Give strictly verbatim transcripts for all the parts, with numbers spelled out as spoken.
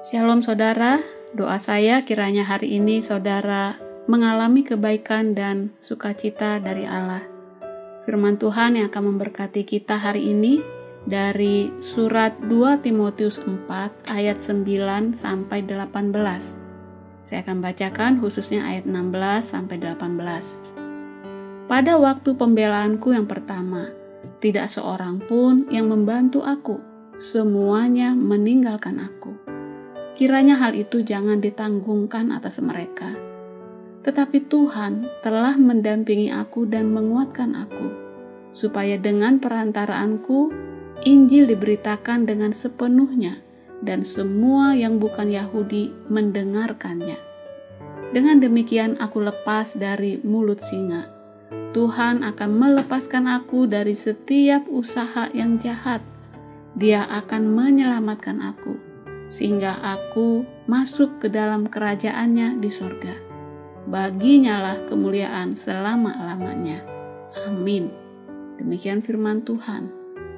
Shalom saudara, doa saya kiranya hari ini saudara mengalami kebaikan dan sukacita dari Allah. Firman Tuhan yang akan memberkati kita hari ini dari surat dua Timotius empat ayat sembilan sampai delapan belas. Saya akan bacakan khususnya ayat enam belas sampai delapan belas. Pada waktu pembelaanku yang pertama, tidak seorang pun yang membantu aku, semuanya meninggalkan aku. Kiranya hal itu jangan ditanggungkan atas mereka. Tetapi Tuhan telah mendampingi aku dan menguatkan aku, supaya dengan perantaraanku, Injil diberitakan dengan sepenuhnya, dan semua yang bukan Yahudi mendengarkannya. Dengan demikian aku lepas dari mulut singa. Tuhan akan melepaskan aku dari setiap usaha yang jahat. Dia akan menyelamatkan aku, sehingga aku masuk ke dalam kerajaannya di sorga. Baginya lah kemuliaan selama-lamanya. Amin. Demikian firman Tuhan.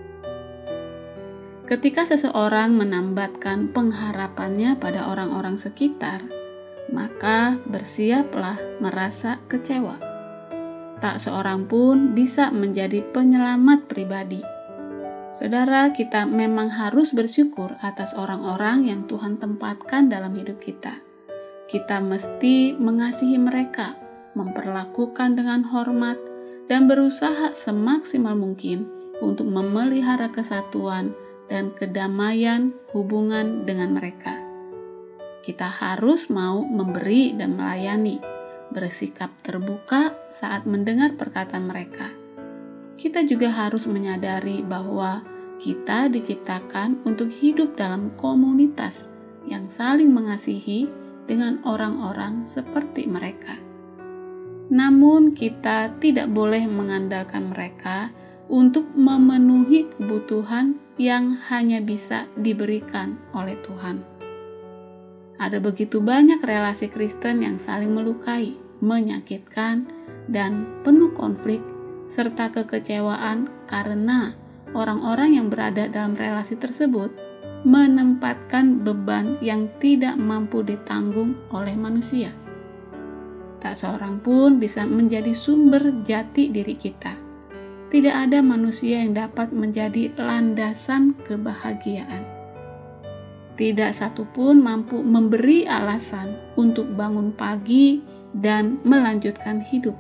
Ketika seseorang menambatkan pengharapannya pada orang-orang sekitar, maka bersiaplah merasa kecewa. Tak seorang pun bisa menjadi penyelamat pribadi. Saudara, kita memang harus bersyukur atas orang-orang yang Tuhan tempatkan dalam hidup kita. Kita mesti mengasihi mereka, memperlakukan dengan hormat, dan berusaha semaksimal mungkin untuk memelihara kesatuan dan kedamaian hubungan dengan mereka. Kita harus mau memberi dan melayani, bersikap terbuka saat mendengar perkataan mereka. Kita juga harus menyadari bahwa kita diciptakan untuk hidup dalam komunitas yang saling mengasihi dengan orang-orang seperti mereka. Namun kita tidak boleh mengandalkan mereka untuk memenuhi kebutuhan yang hanya bisa diberikan oleh Tuhan. Ada begitu banyak relasi Kristen yang saling melukai, menyakitkan, dan penuh konflik serta kekecewaan karena orang-orang yang berada dalam relasi tersebut menempatkan beban yang tidak mampu ditanggung oleh manusia. Tak seorang pun bisa menjadi sumber jati diri kita. Tidak ada manusia yang dapat menjadi landasan kebahagiaan. Tidak satu pun mampu memberi alasan untuk bangun pagi dan melanjutkan hidup.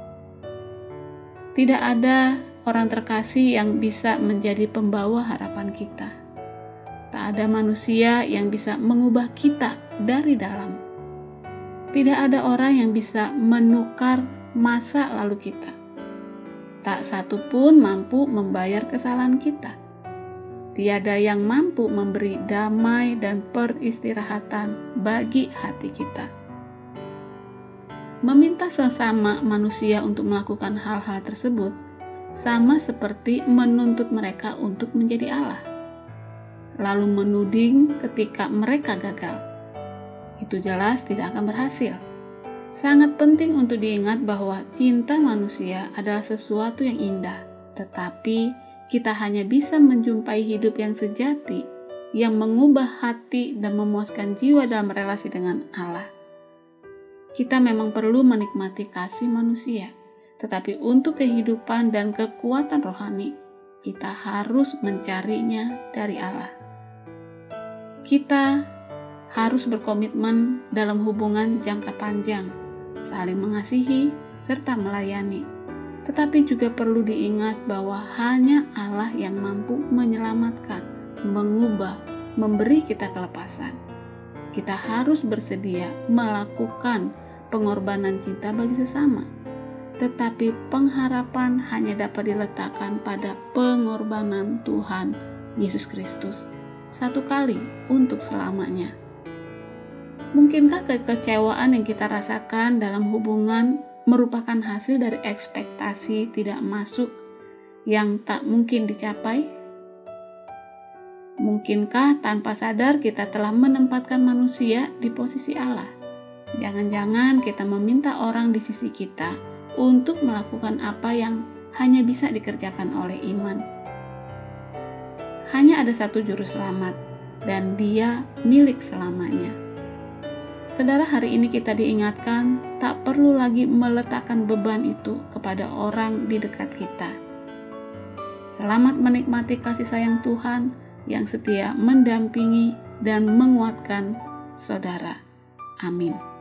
Tidak ada orang terkasih yang bisa menjadi pembawa harapan kita. Tak ada manusia yang bisa mengubah kita dari dalam. Tidak ada orang yang bisa menukar masa lalu kita. Tak satu pun mampu membayar kesalahan kita. Tiada yang mampu memberi damai dan peristirahatan bagi hati kita. Meminta sesama manusia untuk melakukan hal-hal tersebut sama seperti menuntut mereka untuk menjadi Allah, lalu menuding ketika mereka gagal. Itu jelas tidak akan berhasil. Sangat penting untuk diingat bahwa cinta manusia adalah sesuatu yang indah, tetapi kita hanya bisa menjumpai hidup yang sejati, yang mengubah hati dan memuaskan jiwa dalam relasi dengan Allah. Kita memang perlu menikmati kasih manusia, tetapi untuk kehidupan dan kekuatan rohani, kita harus mencarinya dari Allah. Kita harus berkomitmen dalam hubungan jangka panjang, saling mengasihi, serta melayani. Tetapi juga perlu diingat bahwa hanya Allah yang mampu menyelamatkan, mengubah, memberi kita kelepasan. Kita harus bersedia melakukan pengorbanan cinta bagi sesama. Tetapi pengharapan hanya dapat diletakkan pada pengorbanan Tuhan Yesus Kristus satu kali untuk selamanya. Mungkinkah kekecewaan yang kita rasakan dalam hubungan merupakan hasil dari ekspektasi tidak masuk yang tak mungkin dicapai? Mungkinkah tanpa sadar kita telah menempatkan manusia di posisi Allah? Jangan-jangan kita meminta orang di sisi kita untuk melakukan apa yang hanya bisa dikerjakan oleh iman. Hanya ada satu juru selamat, dan Dia milik selamanya. Saudara, hari ini kita diingatkan tak perlu lagi meletakkan beban itu kepada orang di dekat kita. Selamat menikmati kasih sayang Tuhan yang setia mendampingi dan menguatkan saudara. Amin.